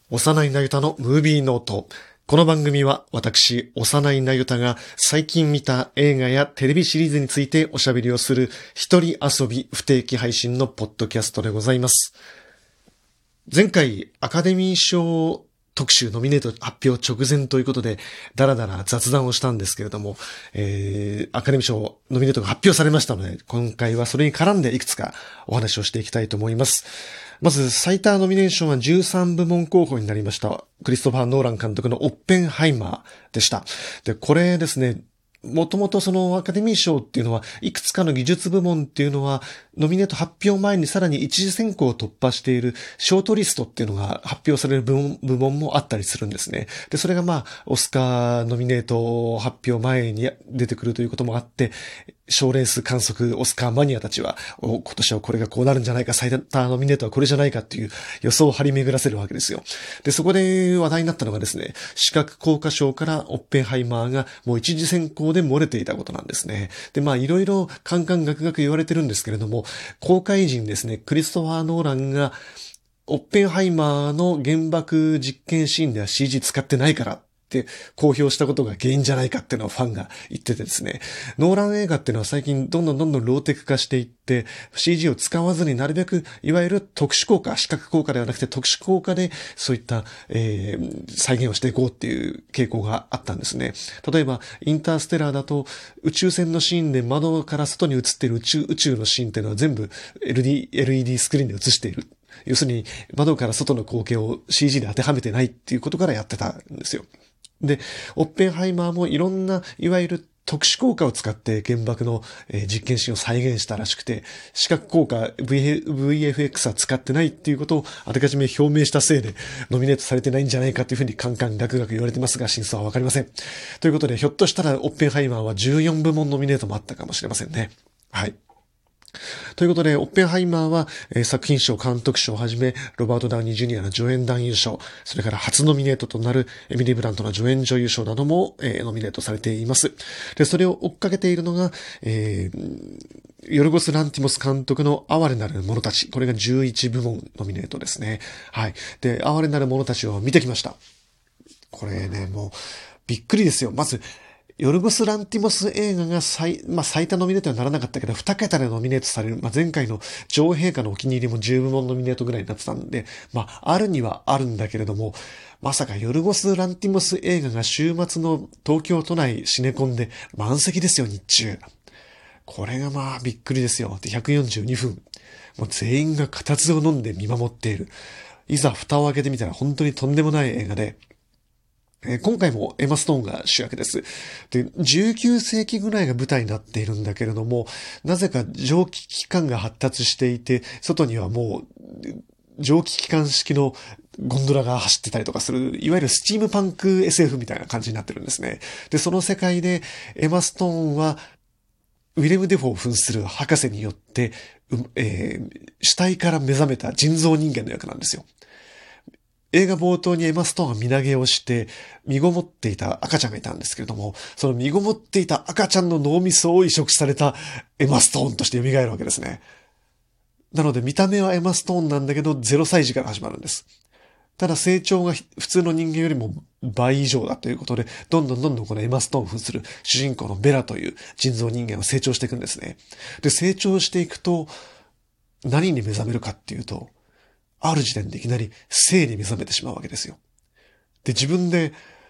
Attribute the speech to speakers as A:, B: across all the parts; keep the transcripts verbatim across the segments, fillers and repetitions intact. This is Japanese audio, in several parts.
A: 幼いなゆたのムービーノート。この番組は私、幼いなゆたが最近見た映画やテレビシリーズについておしゃべりをする一人遊び不定期配信のポッドキャストでございます。前回アカデミー賞特集ノミネート発表直前ということでだらだら雑談をしたんですけれども、えー、アカデミー賞ノミネートが発表されましたので、今回はそれに絡んでいくつかお話をしていきたいと思います。まず最多ノミネーションはじゅうさんぶもん候補になりましたクリストファー・ノーラン監督のオッペンハイマーでした。で、これですね、もともとそのアカデミー賞っていうのはいくつかの技術部門っていうのはノミネート発表前にさらに一次選考を突破しているショートリストっていうのが発表される部門、部門もあったりするんですね。で、それがまあオスカーノミネート発表前に出てくるということもあって、賞レース観測オスカーマニアたちは今年はこれがこうなるんじゃないか、最多ノミネートはこれじゃないかっていう予想を張り巡らせるわけですよ。で、そこで話題になったのがですね、視覚効果賞からオッペンハイマーがもう一次選考で漏れていたことなんですね。で、まあいろいろカンカンガクガク言われてるんですけれども、公開時にですね、クリストファー・ノーランがオッペンハイマーの原爆実験シーンでは シージー 使ってないからって公表したことが原因じゃないかっていうのをファンが言っててですね、ノーラン映画っていうのは最近どんどんどんどんローテク化していって シージー を使わずになるべくいわゆる特殊効果、視覚効果ではなくて特殊効果でそういった、えー、再現をしていこうっていう傾向があったんですね。例えばインターステラーだと宇宙船のシーンで窓から外に映っている宇宙、宇宙のシーンっていうのは全部 エルイーディー、エルイーディー スクリーンで映している。要するに窓から外の光景を シージー で当てはめてないっていうことからやってたんですよ。で、オッペンハイマーもいろんないわゆる特殊効果を使って原爆の実験シーンを再現したらしくて、視覚効果 ブイエフエックス は使ってないっていうことをあらかじめ表明したせいでノミネートされてないんじゃないかというふうにカンカンガクガク言われてますが、真相はわかりません。ということで、ひょっとしたらオッペンハイマーはじゅうよんぶもんノミネートもあったかもしれませんね。はい。ということで、オッペンハイマーは、えー、作品賞、監督賞をはじめ、ロバート・ダウニー・ジュニアの助演男優賞、それから初ノミネートとなるエミリー・ブラントの助演女優賞なども、えー、ノミネートされています。で、それを追っかけているのが、えー、ヨルゴス・ランティモス監督の哀れなる者たち。これがじゅういちぶもんノミネートですね。はい。で、哀れなる者たちを見てきました。これね、もう、びっくりですよ。まず、ヨルゴス・ランティモス映画が最、まあ、最多ノミネートにはならなかったけど、二桁でノミネートされる。まあ、前回の女王陛下のお気に入りもじゅうぶもんノミネートぐらいになってたんで、まあ、あるにはあるんだけれども、まさかヨルゴス・ランティモス映画が週末の東京都内シネコンで満席ですよ、日中。これがまあ、びっくりですよ。で、ひゃくよんじゅうにふん。もう全員が固唾を飲んで見守っている。いざ蓋を開けてみたら本当にとんでもない映画で、今回もエマ・ストーンが主役です。で、じゅうきゅうせいきぐらいが舞台になっているんだけれども、なぜか蒸気機関が発達していて、外にはもう蒸気機関式のゴンドラが走ってたりとかする、いわゆるスチームパンク エスエフ みたいな感じになってるんですね。で、その世界でエマ・ストーンはウィレム・デフォーを扮する博士によって、えー、死体から目覚めた人造人間の役なんですよ。映画冒頭にエマ・ストーンが身投げをして、身ごもっていた赤ちゃんがいたんですけれども、その身ごもっていた赤ちゃんの脳みそを移植されたエマ・ストーンとして蘇るわけですね。なので見た目はエマ・ストーンなんだけど、ゼロさい児から始まるんです。ただ成長が普通の人間よりも倍以上だということで、どんどんどんどんこのエマ・ストーンを扮する主人公のベラという人造人間は成長していくんですね。で、成長していくと、何に目覚めるかっていうと、ある時点でいきなり性に目覚めてしまうわけですよ。で、自分で、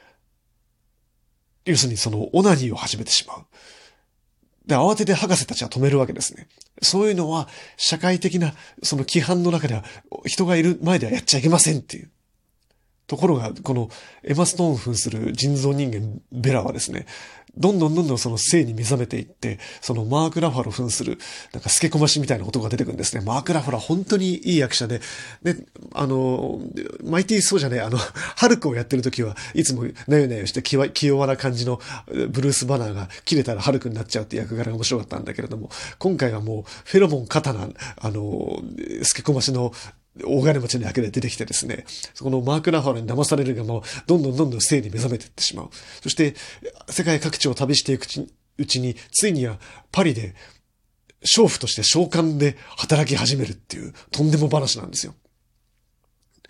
A: 要するにそのオナニーを始めてしまう。で、慌てて博士たちは止めるわけですね。そういうのは社会的なその規範の中では人がいる前ではやっちゃいけませんっていう。ところが、このエマ・ストーンを扮する人造人間ベラはですね、どんどんどんどんその性に目覚めていって、そのマーク・ラファロを扮する、なんか透け込ましみたいな男が出てくるんですね。マーク・ラファロは本当にいい役者で、で、あの、マイティー・そうじゃねえ、あの、ハルクをやってる時はいつもなよなよして気弱な感じのブルース・バナーが切れたらハルクになっちゃうって役柄が面白かったんだけれども、今回はもうフェロモン刀、あの、透け込ましの大金持ちの役で出てきてですね、そこのマーク・ラファロに騙されるがもう、どんどんどんどん性に目覚めていってしまう。そして、世界各地を旅していくうちに、ついにはパリで、娼婦として召喚で働き始めるっていう、とんでも話なんですよ。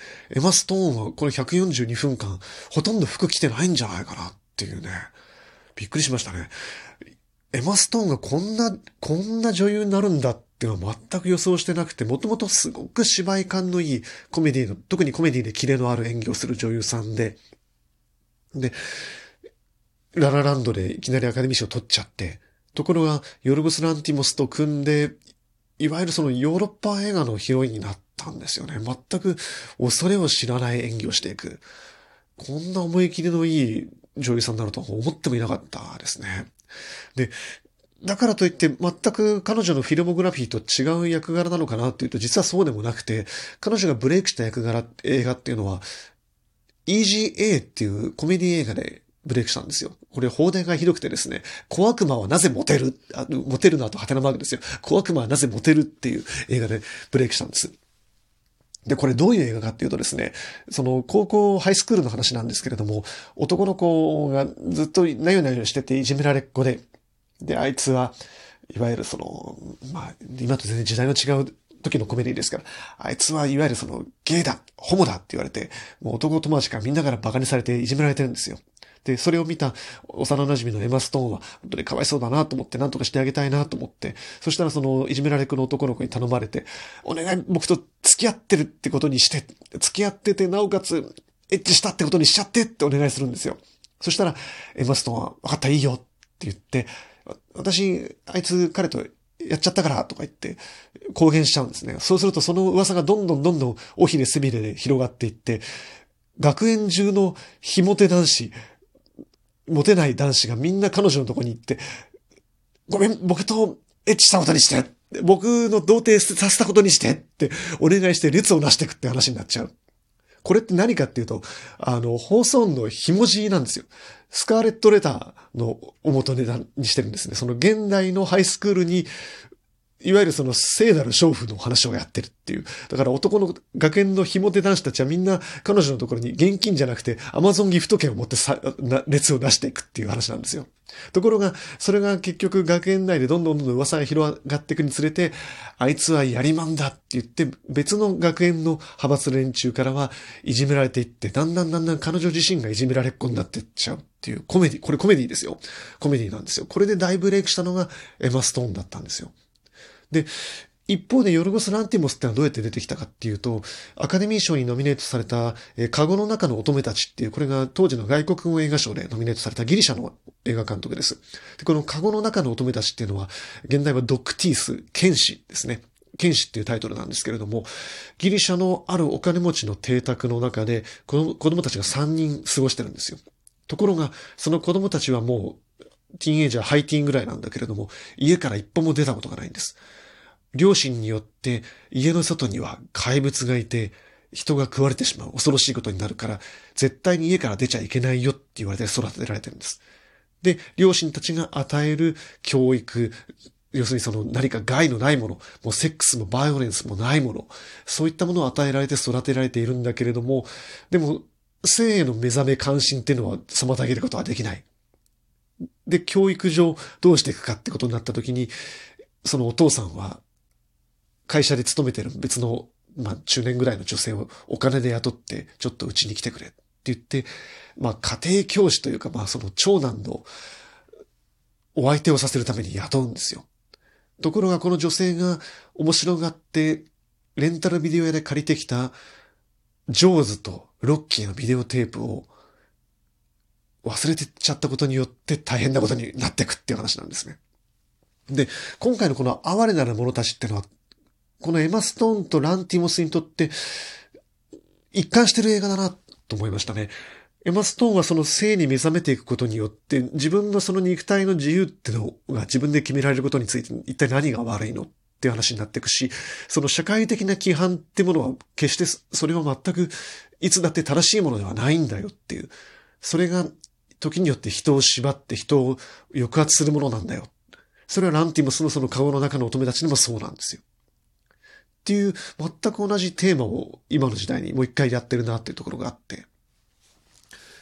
A: エマ・ストーンはこれひゃくよんじゅうにふんかん、ほとんど服着てないんじゃないかなっていうね。びっくりしましたね。エマ・ストーンがこんな、こんな女優になるんだっていうのは全く予想してなくて、もともとすごく芝居感のいいコメディの、特にコメディでキレのある演技をする女優さんで、で、ララランドでいきなりアカデミー賞を取っちゃって、ところがヨルゴス・ランティモスと組んで、いわゆるそのヨーロッパ映画のヒロインになったんですよね。全く恐れを知らない演技をしていく。こんな思い切りのいい女優さんになるとは思ってもいなかったですね。で、だからといって全く彼女のフィルモグラフィーと違う役柄なのかなっていうと実はそうでもなくて、彼女がブレイクした役柄、映画っていうのは イージーエー っていうコメディ映画でブレイクしたんですよ。これ放題がひどくてですね、小悪魔はなぜモテるあモテるの後ハテナマークですよ。小悪魔はなぜモテるっていう映画でブレイクしたんです。で、これどういう映画かっていうとですね、その高校ハイスクールの話なんですけれども、男の子がずっとなよなよしてていじめられっ子で、で、あいつはいわゆるその、まあ、今と全然時代の違う時のコメディですから、あいつはいわゆるそのゲイだ、ホモだって言われて、もう男友達からみんなからバカにされていじめられてるんですよ。で、それを見た幼馴染のエマ・ストーンは、本当にかわいそうだなと思って、何とかしてあげたいなと思って、そしたらその、いじめられっ子の男の子に頼まれて、お願い、僕と付き合ってるってことにして、付き合ってて、なおかつ、エッチしたってことにしちゃってってお願いするんですよ。そしたら、エマ・ストーンは、分かった、いいよって言って、私、あいつ彼とやっちゃったからとか言って、公言しちゃうんですね。そうするとその噂がどんどんどんどん、尾ひれ背びれで広がっていって、学園中のひもて男子、モテない男子がみんな彼女のとこに行って、ごめん、僕とエッチしたことにして、僕の童貞させたことにしてってお願いして列をなしていくって話になっちゃう。これって何かっていうと、あの、放送音のひもじなんですよ。スカーレットレターのお元ネタにしてるんですね。その現代のハイスクールに、いわゆるその聖なる娼婦の話をやってるっていう。だから男の学園のひも手男子たちはみんな彼女のところに現金じゃなくてアマゾンギフト券を持ってさ熱を出していくっていう話なんですよ。ところが、それが結局学園内でどんどんどんどん噂が広がっていくにつれて、あいつはやりまんだって言って別の学園の派閥連中からはいじめられていって、だんだんだんだん彼女自身がいじめられっ子になっていっちゃうっていうコメディ、これコメディですよ。コメディなんですよ。これで大ブレイクしたのがエマ・ストーンだったんですよ。で、一方でヨルゴス・ランティモスってのはどうやって出てきたかっていうと、アカデミー賞にノミネートされた、えー、カゴの中の乙女たちっていう、これが当時の外国語映画賞でノミネートされたギリシャの映画監督です。で、このカゴの中の乙女たちっていうのは、現代はドックティース、剣士ですね。剣士っていうタイトルなんですけれども、ギリシャのあるお金持ちの邸宅の中で、子供、子供たちがさんにん過ごしてるんですよ。ところが、その子供たちはもう、ティーンエイジャー、ハイティーンぐらいなんだけれども、家から一歩も出たことがないんです。両親によって家の外には怪物がいて人が食われてしまう恐ろしいことになるから絶対に家から出ちゃいけないよって言われて育てられてるんです。で、両親たちが与える教育、要するにその何か害のないもの、もうセックスもバイオレンスもないもの、そういったものを与えられて育てられているんだけれども、でも性への目覚め関心っていうのは妨げることはできない。で、教育上どうしていくかってことになった時に、そのお父さんは会社で勤めてる別の、まあ、中年ぐらいの女性をお金で雇って、ちょっとうちに来てくれって言って、まあ、家庭教師というか、まあ、その長男のお相手をさせるために雇うんですよ。ところがこの女性が面白がって、レンタルビデオ屋で借りてきた、ジョーズとロッキーのビデオテープを忘れてっちゃったことによって大変なことになっていくっていう話なんですね。で、今回のこの哀れなる者たちってのは、このエマ・ストーンとランティモスにとって一貫してる映画だなと思いましたね。エマ・ストーンはその性に目覚めていくことによって自分のその肉体の自由ってのが自分で決められることについて一体何が悪いのっていう話になっていくし、その社会的な規範ってものは決してそれは全くいつだって正しいものではないんだよっていう。それが時によって人を縛って人を抑圧するものなんだよ。それはランティモスのその顔の中の乙女たちにもそうなんですよ。っていう全く同じテーマを今の時代にもう一回やってるなっていうところがあって。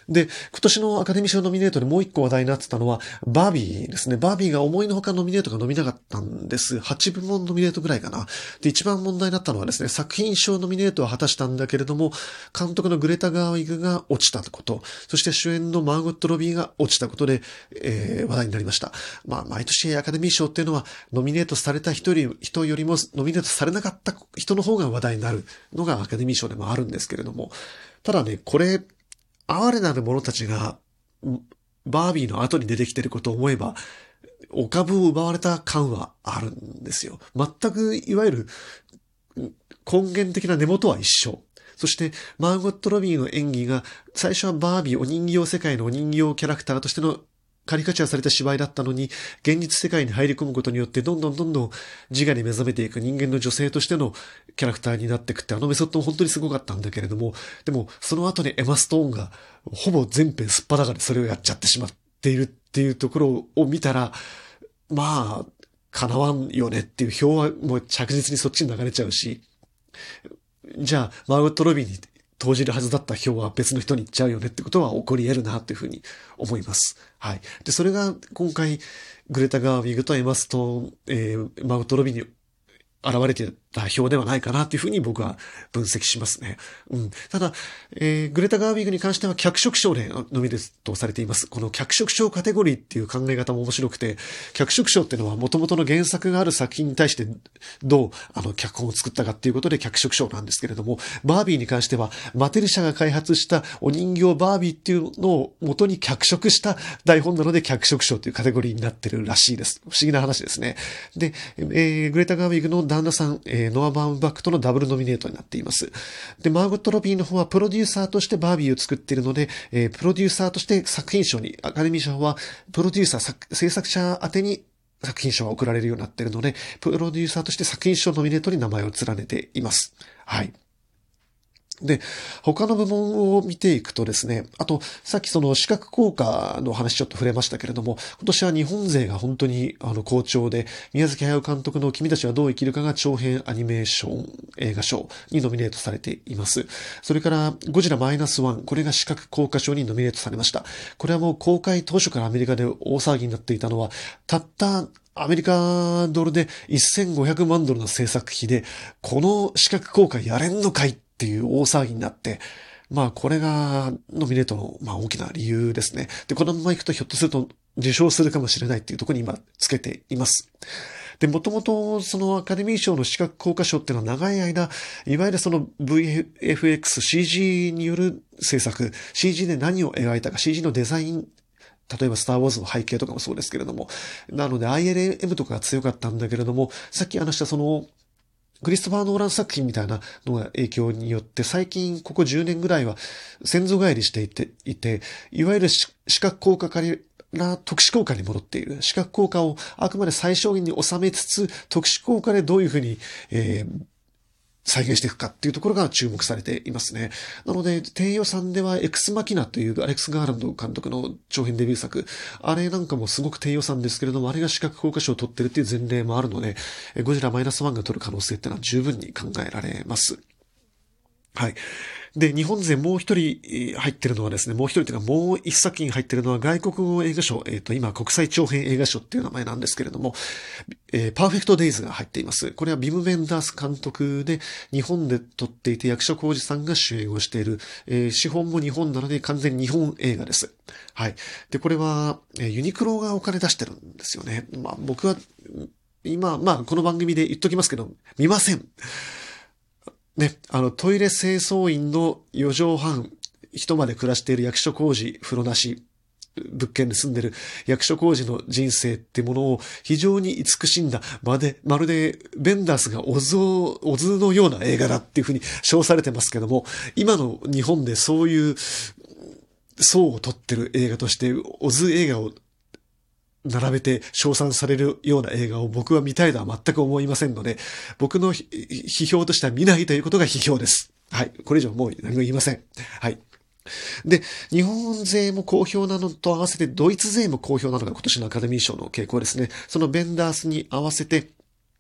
A: で、今年のアカデミー賞ノミネートでもう一個話題になってたのは、バービーですね。バービーが思いのほかノミネートが伸びなかったんです。はちぶもんノミネートぐらいかな。で、一番問題になったのはですね、作品賞ノミネートは果たしたんだけれども、監督のグレタ・ガーウィグが落ちたこと、そして主演のマーゴット・ロビーが落ちたことで、えー、話題になりました。まあ、毎年アカデミー賞っていうのは、ノミネートされた人より、人よりもノミネートされなかった人の方が話題になるのがアカデミー賞でもあるんですけれども、ただね、これ、哀れなる者たちが、バービーの後に出てきていることを思えば、お株を奪われた感はあるんですよ。全く、いわゆる、根源的な根元は一緒。そして、マーゴット・ロビーの演技が、最初はバービーお人形世界のお人形キャラクターとしてのカリカチュアされた芝居だったのに、現実世界に入り込むことによって、どんどんどんどん自我に目覚めていく人間の女性としてのキャラクターになっていくって、あのメソッドも本当にすごかったんだけれども、でも、その後にエマ・ストーンが、ほぼ全編すっぱだかでそれをやっちゃってしまっているっていうところを見たら、まあ、叶わんよねっていう票はもう着実にそっちに流れちゃうし、じゃあ、マーゴット・ロビーに投じるはずだった票は別の人に行っちゃうよねってことは起こり得るなというふうに思います。はい。で、それが今回、グレタ・ガーウィグとエマ・ストーン、えー、マーゴット・ロビーに現れてた表ではないかなというふうに僕は分析しますね。うん。ただ、えー、グレタ・ガーウィグに関しては脚色賞でノミネートされています。この脚色賞カテゴリーっていう考え方も面白くて、脚色賞っていうのは元々の原作がある作品に対してどうあの脚本を作ったかっていうことで脚色賞なんですけれども、バービーに関してはマテル社が開発したお人形バービーっていうのを元に脚色した台本なので脚色賞というカテゴリーになってるらしいです。不思議な話ですね。で、えー、グレタ・ガーウィグの旦那さん、えー、ノア・バウンバックとのダブルノミネートになっています。で、マーゴット・ロビーの方はプロデューサーとしてバービーを作っているので、えー、プロデューサーとして作品賞に、アカデミー賞はプロデューサー、制作者宛てに作品賞が贈られるようになっているので、プロデューサーとして作品賞ノミネートに名前を連ねています。はい。で、他の部門を見ていくとですね、あと、さっきその視覚効果の話ちょっと触れましたけれども、今年は日本勢が本当にあの好調で、宮崎駿監督の君たちはどう生きるかが長編アニメーション映画賞にノミネートされています。それから、ゴジラマイナスワン、これが視覚効果賞にノミネートされました。これはもう公開当初からアメリカで大騒ぎになっていたのは、たったアメリカドルでせんごひゃくまんドルの制作費で、この視覚効果やれんのかいっていう大騒ぎになって、まあこれがノミネートのまあ大きな理由ですね。で、このまま行くとひょっとすると受賞するかもしれないっていうところに今つけています。で、もともとそのアカデミー賞の視覚効果賞っていうのは長い間、いわゆるその ブイエフエックス、シージー による制作、シージー で何を描いたか、シージー のデザイン、例えばスターウォーズの背景とかもそうですけれども、なので アイエルエム とかが強かったんだけれども、さっき話したその、クリストファー・ノーラン作品みたいなのが影響によって、最近ここじゅうねんぐらいは先祖返りしていて、いて、いわゆる視覚効果から特殊効果に戻っている。視覚効果をあくまで最小限に収めつつ、特殊効果でどういうふうに、えー再現していくかっていうところが注目されていますね。なので、低予算ではエクスマキナというアレックス・ガーランド監督の長編デビュー作、あれなんかもすごく低予算ですけれども、あれが視覚効果賞を取ってるっていう前例もあるので、ゴジラマイナスワンが取る可能性ってのは十分に考えられます。はい。で、日本勢もう一人入ってるのはですね、もう一人というかもう一作品入ってるのは外国語映画賞、えっと、今国際長編映画賞っていう名前なんですけれども、えー、パーフェクトデイズが入っています。これはビム・ベンダース監督で、日本で撮っていて役所広司さんが主演をしている、えー、資本も日本なので完全に日本映画です。はい。で、これは、えー、ユニクロがお金出してるんですよね。まあ僕は、今、まあこの番組で言っときますけど、見ません。ね、あの、トイレ清掃員のよじょうはん、人まで暮らしている役所広司、風呂なし、物件に住んでる役所広司の人生ってものを非常に慈しんだ、まで、まるでベンダースがオズを、オズのような映画だっていうふうに称されてますけども、今の日本でそういう層を取ってる映画として、オズ映画を並べて称賛されるような映画を僕は見たいとは全く思いませんので、僕の批評としては見ないということが批評です。はい。これ以上もう何も言いません。はい。で、日本勢も好評なのと合わせて、ドイツ勢も好評なのが今年のアカデミー賞の傾向ですね。そのベンダースに合わせて、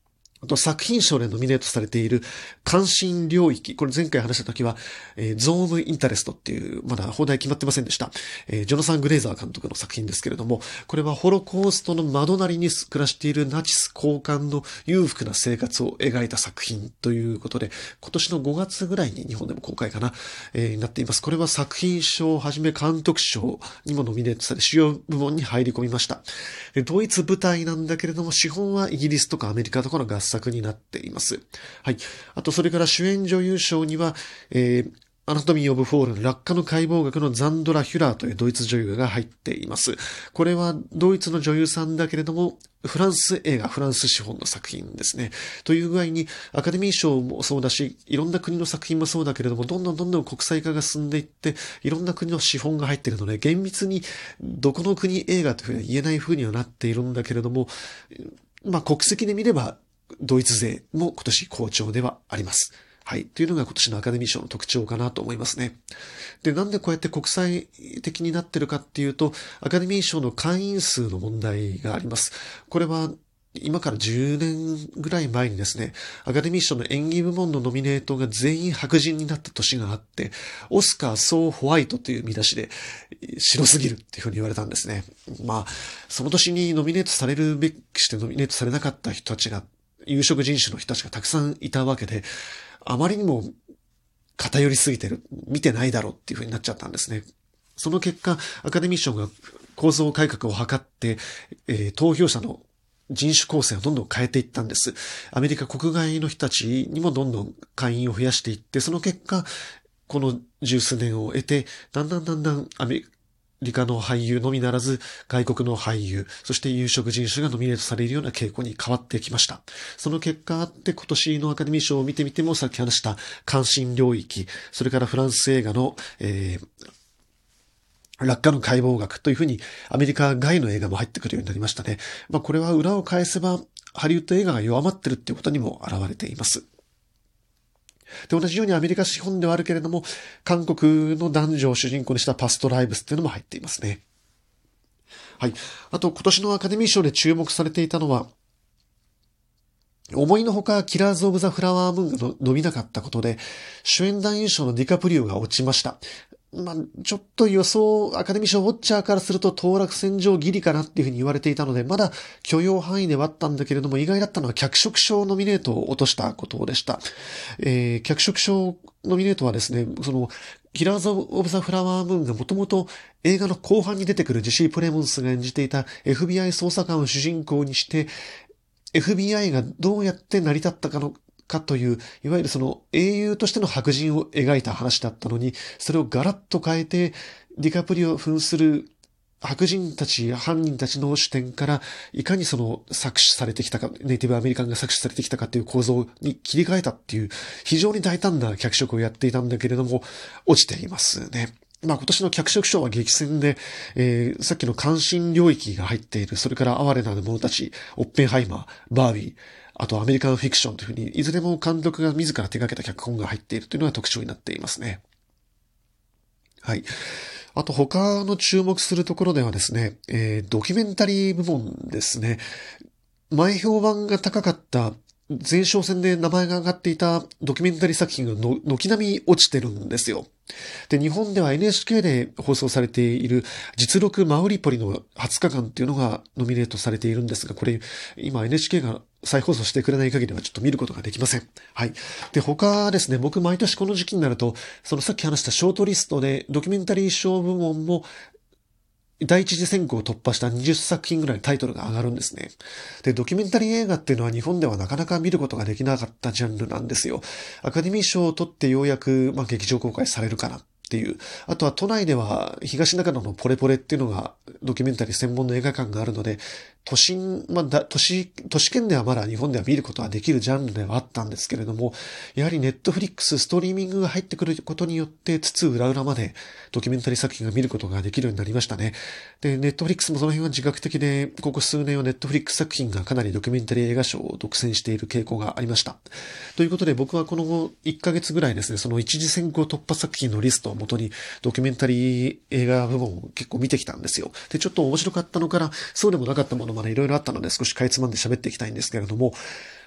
A: あと作品賞でノミネートされている関心領域。これ前回話した時は、えー、ゾーン・オブ・インタレストっていう、まだ放題決まってませんでした。えー、ジョナサン・グレーザー監督の作品ですけれども、これはホロコーストの窓なりに暮らしているナチス高官の裕福な生活を描いた作品ということで、今年のごがつぐらいに日本でも公開かな、えー、なっています。これは作品賞をはじめ監督賞にもノミネートされ、主要部門に入り込みました。でドイツ舞台なんだけれども、資本はイギリスとかアメリカとかの合作になっています。はい。あと、それから主演女優賞には、えー、アナトミー・オブ・フォールの落下の解剖学のザンドラ・ヒュラーというドイツ女優が入っています。これはドイツの女優さんだけれども、フランス映画、フランス資本の作品ですね。という具合に、アカデミー賞もそうだし、いろんな国の作品もそうだけれども、どんどんどんどん国際化が進んでいって、いろんな国の資本が入っているので、厳密にどこの国映画というふうには言えないふうにはなっているんだけれども、まあ国籍で見れば、ドイツ勢も今年好調ではあります。はい。というのが今年のアカデミー賞の特徴かなと思いますね。で、なんでこうやって国際的になってるかっていうと、アカデミー賞の会員数の問題があります。これは、今からじゅうねんぐらい前にですね、アカデミー賞の演技部門のノミネートが全員白人になった年があって、オスカー・ソー・ホワイトという見出しで、白すぎるっていうふうに言われたんですね。まあ、その年にノミネートされるべくしてノミネートされなかった人たちが、有色人種の人たちがたくさんいたわけで、あまりにも偏りすぎてる、見てないだろうっていうふうになっちゃったんですね。その結果、アカデミー賞が構造改革を図って、えー、投票者の人種構成をどんどん変えていったんです。アメリカ国外の人たちにもどんどん会員を増やしていって、その結果、この十数年を得て、だんだんだんだんアメリカの俳優のみならず、外国の俳優、そして有色人種がノミネートされるような傾向に変わってきました。その結果あって今年のアカデミー賞を見てみても、さっき話した関心領域、それからフランス映画の、えー落下の解剖学というふうにアメリカ外の映画も入ってくるようになりましたね。まあこれは裏を返せばハリウッド映画が弱まってるっていうことにも現れています。で、同じようにアメリカ資本ではあるけれども、韓国の男女を主人公にしたパストライブスっていうのも入っていますね。はい。あと今年のアカデミー賞で注目されていたのは、思いのほかキラーズ・オブ・ザ・フラワームーンが伸びなかったことで、主演男優賞のディカプリオが落ちました。まあ、ちょっと予想、アカデミー賞ウォッチャーからすると当落線上ギリかなっていうふうに言われていたので、まだ許容範囲ではあったんだけれども、意外だったのは脚色賞ノミネートを落としたことでした。えー、脚色賞ノミネートはですね、その、キラーズ・オブ・ザ・フラワームーンがもともと映画の後半に出てくるジェシー・プレモンスが演じていた エフビーアイ 捜査官を主人公にして、エフビーアイ がどうやって成り立ったかのかという、いわゆるその英雄としての白人を描いた話だったのに、それをガラッと変えて、ディカプリオを扮する白人たち、犯人たちの視点から、いかにその搾取されてきたか、ネイティブアメリカンが搾取されてきたかという構造に切り替えたっていう、非常に大胆な脚色をやっていたんだけれども、落ちていますね。まあ今年の脚色賞は激戦で、えー、さっきの関心領域が入っている、それから哀れなる者たち、オッペンハイマー、バービー、あとアメリカンフィクションというふうに、いずれも監督が自ら手掛けた脚本が入っているというのが特徴になっていますね。はい。あと他の注目するところではですね、えー、ドキュメンタリー部門ですね。前評判が高かった前哨戦で名前が上がっていたドキュメンタリー作品がの軒並み落ちてるんですよ。で、日本では エヌエイチケー で放送されている実録マウリポリのはつかかんっていうのがノミネートされているんですが、これ今 エヌエイチケー が再放送してくれない限りはちょっと見ることができません。はい。で、他ですね、僕毎年この時期になると、そのさっき話したショートリストでドキュメンタリー賞部門も第一次選考を突破したにじゅっさく品ぐらいタイトルが上がるんですね。で、ドキュメンタリー映画っていうのは日本ではなかなか見ることができなかったジャンルなんですよ。アカデミー賞を取ってようやく、まあ、劇場公開されるかなっていう。あとは都内では東中野のポレポレっていうのがドキュメンタリー専門の映画館があるので、都心、まあ、だ、都市、都市圏ではまだ日本では見ることはできるジャンルではあったんですけれども、やはりネットフリックス、ストリーミングが入ってくることによって、つつ裏裏までドキュメンタリー作品が見ることができるようになりましたね。で、ネットフリックスもその辺は自覚的で、ここ数年はネットフリックス作品がかなりドキュメンタリー映画賞を独占している傾向がありました。ということで僕はこのいっかげつぐらいですね、その一次選考突破作品のリストをもとにドキュメンタリー映画部門を結構見てきたんですよ。で、ちょっと面白かったのから、そうでもなかったものまでいろいろあったので少しかいつまんで喋っていきたいんですけれども、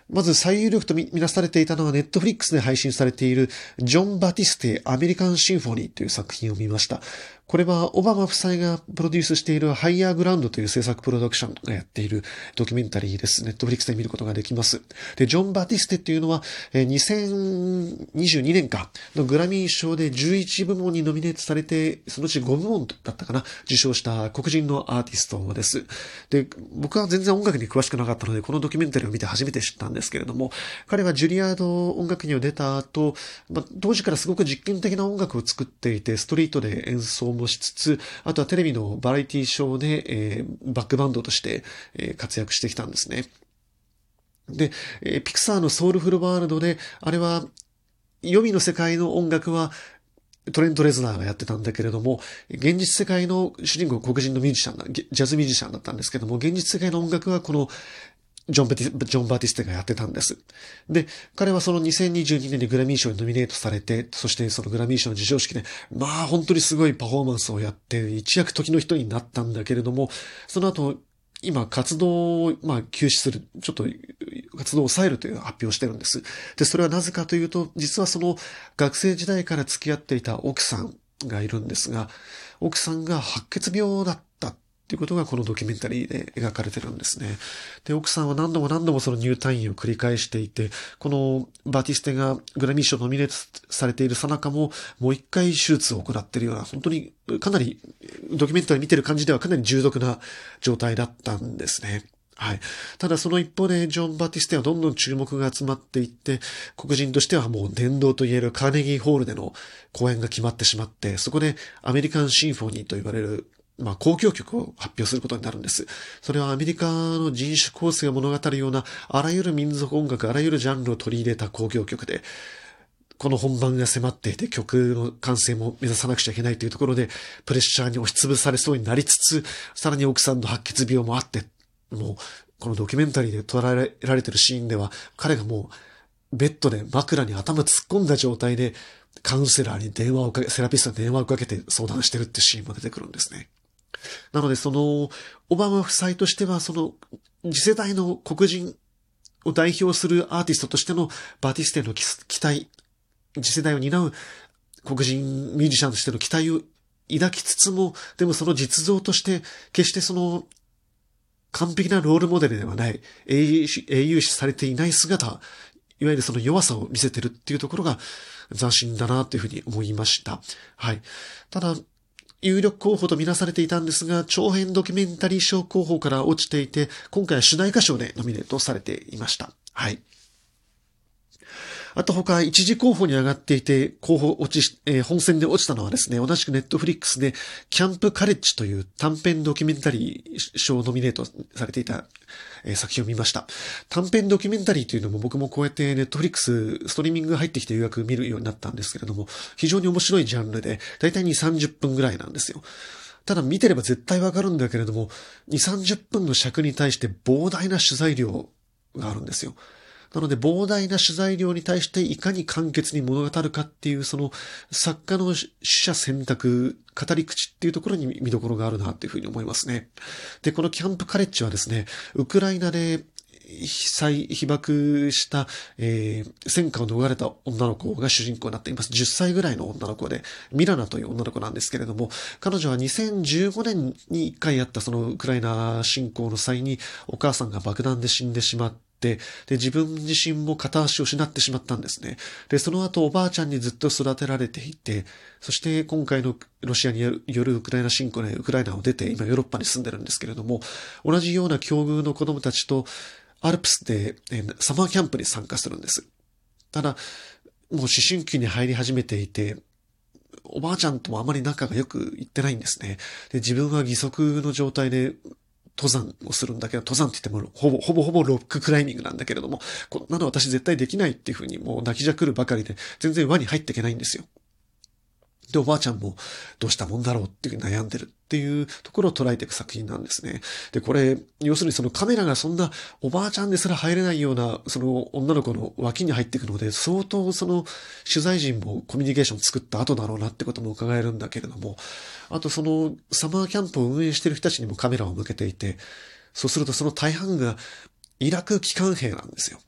A: まず最有力とみなされていたのはネットフリックスで配信されているジョン・バティステアメリカンシンフォニーという作品を見ました。これはオバマ夫妻がプロデュースしているハイヤーグラウンドという制作プロダクションがやっているドキュメンタリーです。ネットフリックスで見ることができます。で、ジョン・バティステっていうのはにせんにじゅうにねんかのグラミー賞でじゅういちぶもんにノミネートされて、そのうちごぶもんだったかな、受賞した黒人のアーティストです。で、僕は全然音楽に詳しくなかったので、このドキュメンタリーを見て初めて知ったんですけれども、彼はジュリアード音楽院を出た後、まあ、当時からすごく実験的な音楽を作っていて、ストリートで演奏もしつつ、あとはテレビのバラエティショーで、えー、バックバンドとして、えー、活躍してきたんですね。で、えー、ピクサーのソウルフルワールドで、あれは、黄泉の世界の音楽は、トレント・レズナーがやってたんだけれども、現実世界の主人公黒人のミュージシャン、ジャズミュージシャンだったんですけども、現実世界の音楽はこのジョン・バティ、ジョン・バティステがやってたんです。で、彼はそのにせんにじゅうにねんにグラミー賞にノミネートされて、そしてそのグラミー賞の授賞式で、まあ本当にすごいパフォーマンスをやって、一躍時の人になったんだけれども、その後、今活動を、まあ、休止する、ちょっと活動を抑えるという発表をしてるんです。で、それはなぜかというと、実はその学生時代から付き合っていた奥さんがいるんですが、奥さんが白血病だったっていうことがこのドキュメンタリーで描かれてるんですね。で、奥さんは何度も何度もその入退院を繰り返していて、このバティステがグラミー賞ノミネートされている最中ももう一回手術を行っているような、本当にかなりドキュメンタリー見てる感じではかなり重篤な状態だったんですね。はい。ただその一方でジョン・バティステはどんどん注目が集まっていって、黒人としてはもう殿堂と言えるカーネギーホールでの公演が決まってしまって、そこでアメリカンシンフォニーと言われるまあ、交響曲を発表することになるんです。それはアメリカの人種構成を物語るような、あらゆる民族音楽、あらゆるジャンルを取り入れた交響曲で、この本番が迫っていて曲の完成も目指さなくちゃいけないというところで、プレッシャーに押しつぶされそうになりつつ、さらに奥さんの白血病もあって、もう、このドキュメンタリーで捉えられているシーンでは、彼がもう、ベッドで枕に頭突っ込んだ状態で、カウンセラーに電話をかけ、セラピストに電話をかけて相談してるってシーンも出てくるんですね。なので、その、オバマ夫妻としては、その、次世代の黒人を代表するアーティストとしてのバティステの期待、次世代を担う黒人ミュージシャンとしての期待を抱きつつも、でもその実像として、決してその、完璧なロールモデルではない、英雄視されていない姿、いわゆるその弱さを見せてるっていうところが斬新だなというふうに思いました。はい。ただ、有力候補とみなされていたんですが、長編ドキュメンタリー賞候補から落ちていて、今回は主題歌賞でノミネートされていました。はい。あと他一時候補に上がっていて、候補落ち、えー、本選で落ちたのはですね、同じくネットフリックスで、キャンプカレッジという短編ドキュメンタリー賞ノミネートされていた、えー、作品を見ました。短編ドキュメンタリーというのも僕もこうやってネットフリックスストリーミングが入ってきてようやく見るようになったんですけれども、非常に面白いジャンルで、だいたいにじゅう、さんじゅっぷんぐらいなんですよ。ただ見てれば絶対わかるんだけれども、にじゅう、さんじゅっぷんの尺に対して膨大な取材量があるんですよ。なので膨大な取材量に対していかに簡潔に物語るかっていうその作家の取捨選択、語り口っていうところに見どころがあるなっていうふうに思いますね。で、このキャンプカレッジはですね、ウクライナで被災、被爆した、えー、戦火を逃れた女の子が主人公になっています。じゅっさいぐらいの女の子で、ミラナという女の子なんですけれども、彼女はにせんじゅうごねんにいっかいあったそのウクライナ侵攻の際にお母さんが爆弾で死んでしまって、で、自分自身も片足を失ってしまったんですね。で、その後おばあちゃんにずっと育てられていて、そして今回のロシアによるウクライナ侵攻でウクライナを出て今ヨーロッパに住んでるんですけれども、同じような境遇の子供たちとアルプスでサマーキャンプに参加するんです。ただ、もう思春期に入り始めていて、おばあちゃんともあまり仲がよくいってないんですね。で、自分は義足の状態で登山をするんだけど、登山って言ってもほぼほぼほぼロッククライミングなんだけれども、こんなの私絶対できないっていうふうにもう泣きじゃくるばかりで、全然輪に入っていけないんですよ。で、おばあちゃんもどうしたもんだろうっていう悩んでるっていうところを捉えていく作品なんですね。で、これ、要するにそのカメラがそんなおばあちゃんですら入れないようなその女の子の脇に入っていくので、相当その取材陣もコミュニケーション作った後だろうなってことも伺えるんだけれども、あとそのサマーキャンプを運営している人たちにもカメラを向けていて、そうするとその大半がイラク機関兵なんですよ。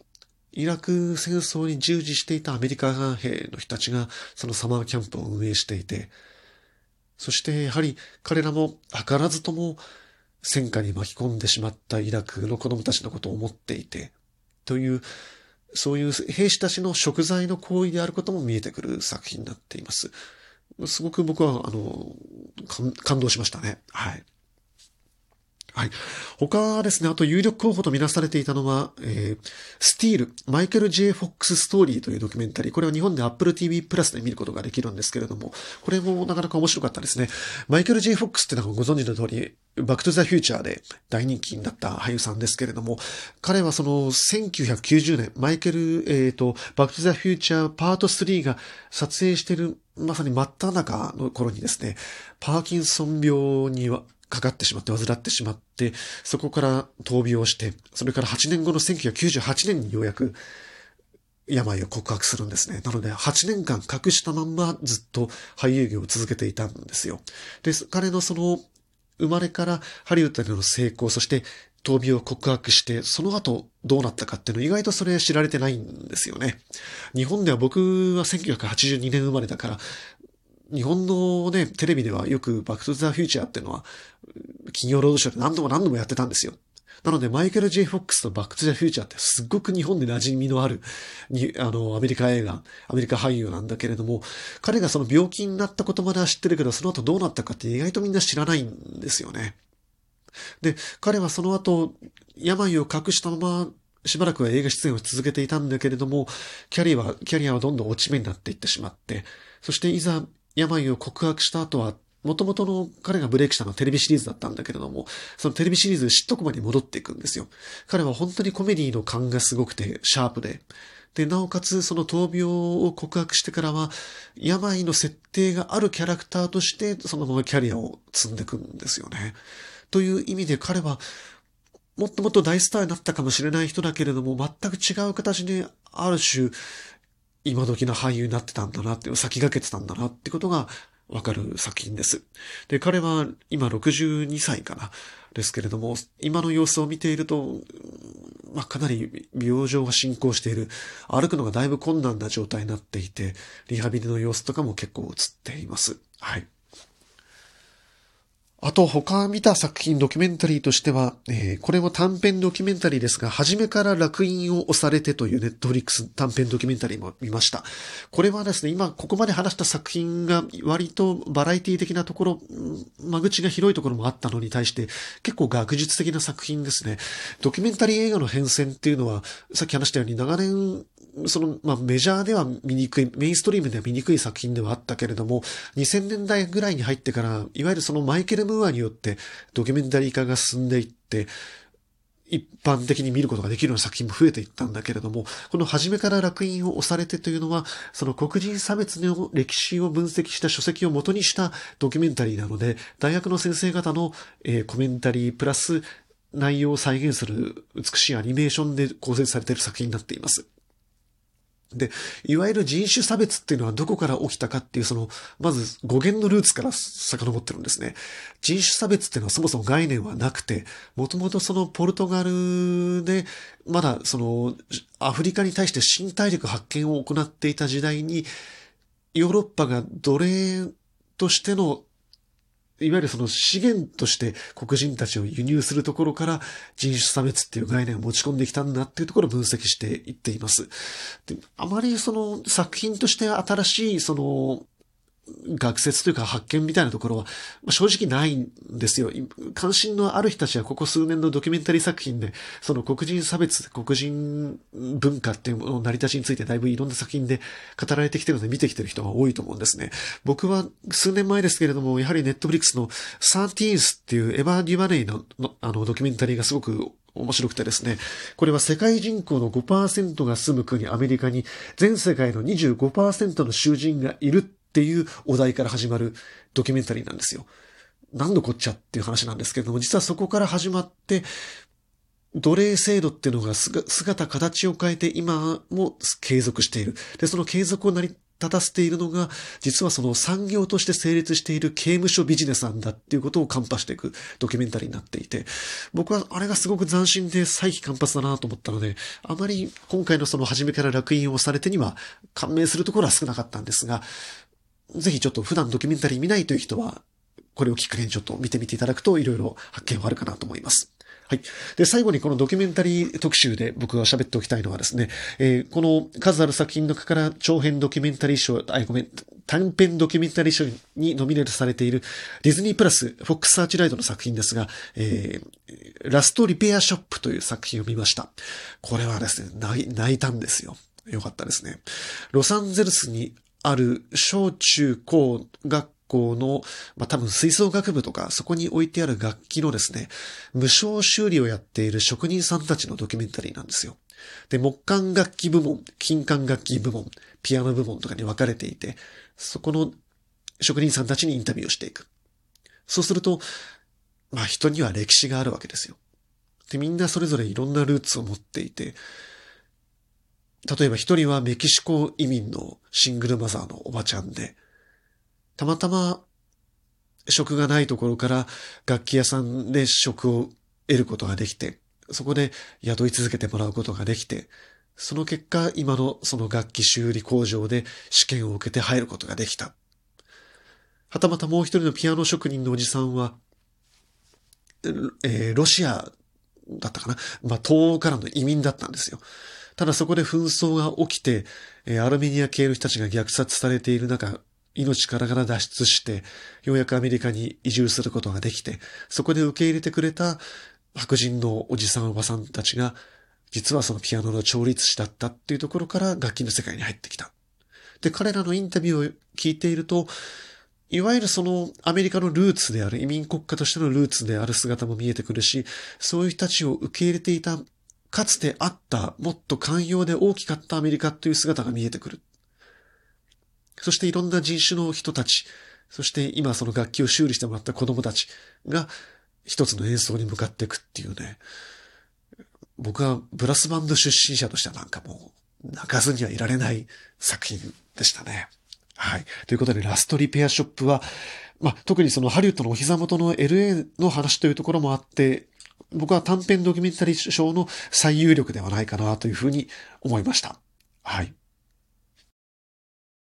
A: イラク戦争に従事していたアメリカ兵の人たちがそのサマーキャンプを運営していて、そしてやはり彼らも図らずとも戦火に巻き込んでしまったイラクの子供たちのことを思っていて、という、そういう兵士たちの贖罪の行為であることも見えてくる作品になっています。すごく僕は、あの、感動しましたね。はい。はい。他はですね、あと有力候補とみなされていたのは、えー、スティール、マイケル・ジェイ・フォックス・ストーリーというドキュメンタリー。これは日本で Apple ティーブイ プラスで見ることができるんですけれども、これもなかなか面白かったですね。マイケル・ジェイ・フォックスってのはご存知の通り、バックトゥザ・フューチャーで大人気になった俳優さんですけれども、彼はそのせんきゅうひゃくきゅうじゅうねん、マイケル、えっと、バックトゥザ・フューチャーパートスリーが撮影しているまさに真っ只中の頃にですね、パーキンソン病にはかかってしまって、患ってしまって、そこから闘病して、それからはちねんごのせんきゅうひゃくきゅうじゅうはちねんにようやく病を告白するんですね。なので、はちねんかん隠したまんまずっと俳優業を続けていたんですよ。で、彼のその、生まれからハリウッドでの成功、そして闘病を告白して、その後どうなったかっていうの意外とそれ知られてないんですよね。日本では僕はせんきゅうひゃくはちじゅうにねん生まれだから、日本のね、テレビではよくバックトゥザフューチャーっていうのは、金曜ロードショーで何度も何度もやってたんですよ。なので、マイケル・ジェイ・フォックスとバックトゥザフューチャーってすっごく日本で馴染みのある、に、あの、アメリカ映画、アメリカ俳優なんだけれども、彼がその病気になったことまでは知ってるけど、その後どうなったかって意外とみんな知らないんですよね。で、彼はその後、病を隠したまま、しばらくは映画出演を続けていたんだけれども、キャリアは、キャリアはどんどん落ち目になっていってしまって、そしていざ病を告白した後は、元々の彼がブレイクしたのはテレビシリーズだったんだけれども、そのテレビシリーズ知っとくまで戻っていくんですよ。彼は本当にコメディの感がすごくて、シャープで。で、なおかつその闘病を告白してからは、病の設定があるキャラクターとして、そのままキャリアを積んでいくんですよね。という意味で彼は、もっともっと大スターになったかもしれない人だけれども、全く違う形で、ある種、今時の俳優になってたんだなっていう、先駆けてたんだなってことがわかる作品です。で、彼は今ろくじゅうにさいかな、ですけれども、今の様子を見ていると、まあ、かなり病状が進行している、歩くのがだいぶ困難な状態になっていて、リハビリの様子とかも結構映っています。はい。あと他見た作品ドキュメンタリーとしては、えー、これも短編ドキュメンタリーですが、初めから烙印を押されてというネットフリックス短編ドキュメンタリーも見ました。これはですね、今ここまで話した作品が割とバラエティ的なところ、間口が広いところもあったのに対して結構学術的な作品ですね。ドキュメンタリー映画の変遷っていうのは、さっき話したように長年その、まあ、メジャーでは見にくい、メインストリームでは見にくい作品ではあったけれども、にせんねんだいぐらいに入ってから、いわゆるそのマイケル・ムーアによってドキュメンタリー化が進んでいって、一般的に見ることができるような作品も増えていったんだけれども、この初めから烙印を押されてというのは、その黒人差別の歴史を分析した書籍を元にしたドキュメンタリーなので、大学の先生方の、えー、コメンタリープラス内容を再現する美しいアニメーションで構成されている作品になっています。で、いわゆる人種差別っていうのはどこから起きたかっていう、その、まず語源のルーツから遡ってるんですね。人種差別っていうのはそもそも概念はなくて、もともとそのポルトガルで、まだその、アフリカに対して新大陸発見を行っていた時代に、ヨーロッパが奴隷としてのいわゆるその資源として黒人たちを輸入するところから人種差別っていう概念を持ち込んできたんだっていうところを分析していっています。で、あまりその作品として新しいその学説というか発見みたいなところは正直ないんですよ。関心のある人たちはここ数年のドキュメンタリー作品で、その黒人差別、黒人文化っていうものの成り立ちについてだいぶいろんな作品で語られてきてるので見てきてる人が多いと思うんですね。僕は数年前ですけれども、やはりネットフリックスのサーティーンスっていうエヴァ・デュバネイの、のあのドキュメンタリーがすごく面白くてですね。これは世界人口の ごパーセント が住む国アメリカに全世界の にじゅうごパーセント の囚人がいるっていうお題から始まるドキュメンタリーなんですよ。何のこっちゃっていう話なんですけれども、実はそこから始まって、奴隷制度っていうのが姿形を変えて今も継続している。で、その継続をなり立たせているのが、実はその産業として成立している刑務所ビジネスなんだっていうことをカンパしていくドキュメンタリーになっていて、僕はあれがすごく斬新で再起間髪だなと思ったので、あまり今回のその初めから烙印をされてには感銘するところは少なかったんですが、ぜひちょっと普段ドキュメンタリー見ないという人は、これをきっかけにちょっと見てみていただくといろいろ発見はあるかなと思います。はい。で、最後にこのドキュメンタリー特集で僕が喋っておきたいのはですね、えー、この数ある作品の中から長編ドキュメンタリー賞、あ、ごめん、短編ドキュメンタリー賞にノミネートされているディズニープラス、フォックスサーチライトの作品ですが、えー、ラストリペアショップという作品を見ました。これはですね、泣い、泣いたんですよ。よかったですね。ロサンゼルスにある小中高学校の、まあ、多分吹奏楽部とか、そこに置いてある楽器のですね、無償修理をやっている職人さんたちのドキュメンタリーなんですよ。で、木管楽器部門、金管楽器部門、ピアノ部門とかに分かれていて、そこの職人さんたちにインタビューをしていく。そうすると、まあ人には歴史があるわけですよ。で、みんなそれぞれいろんなルーツを持っていて、例えば一人はメキシコ移民のシングルマザーのおばちゃんで、たまたま職がないところから楽器屋さんで職を得ることができて、そこで雇い続けてもらうことができて、その結果今のその楽器修理工場で試験を受けて入ることができた。はたまたもう一人のピアノ職人のおじさんは、えー、ロシアだったかな、まあ東欧からの移民だったんですよ。ただそこで紛争が起きて、えー、アルメニア系の人たちが虐殺されている中、命からがら脱出して、ようやくアメリカに移住することができて、そこで受け入れてくれた白人のおじさんおばさんたちが、実はそのピアノの調律師だったっていうところから楽器の世界に入ってきた。で、彼らのインタビューを聞いていると、いわゆるそのアメリカのルーツである、移民国家としてのルーツである姿も見えてくるし、そういう人たちを受け入れていた、かつてあった、もっと寛容で大きかったアメリカという姿が見えてくる。そしていろんな人種の人たち、そして今その楽器を修理してもらった子供たちが一つの演奏に向かっていくっていうね。僕はブラスバンド出身者としてはなんかもう泣かずにはいられない作品でしたね。はい。ということでラストリペアショップは、まあ、特にそのハリウッドのお膝元の エルエー の話というところもあって、僕は短編ドキュメンタリー賞の最有力ではないかなというふうに思いました。はい。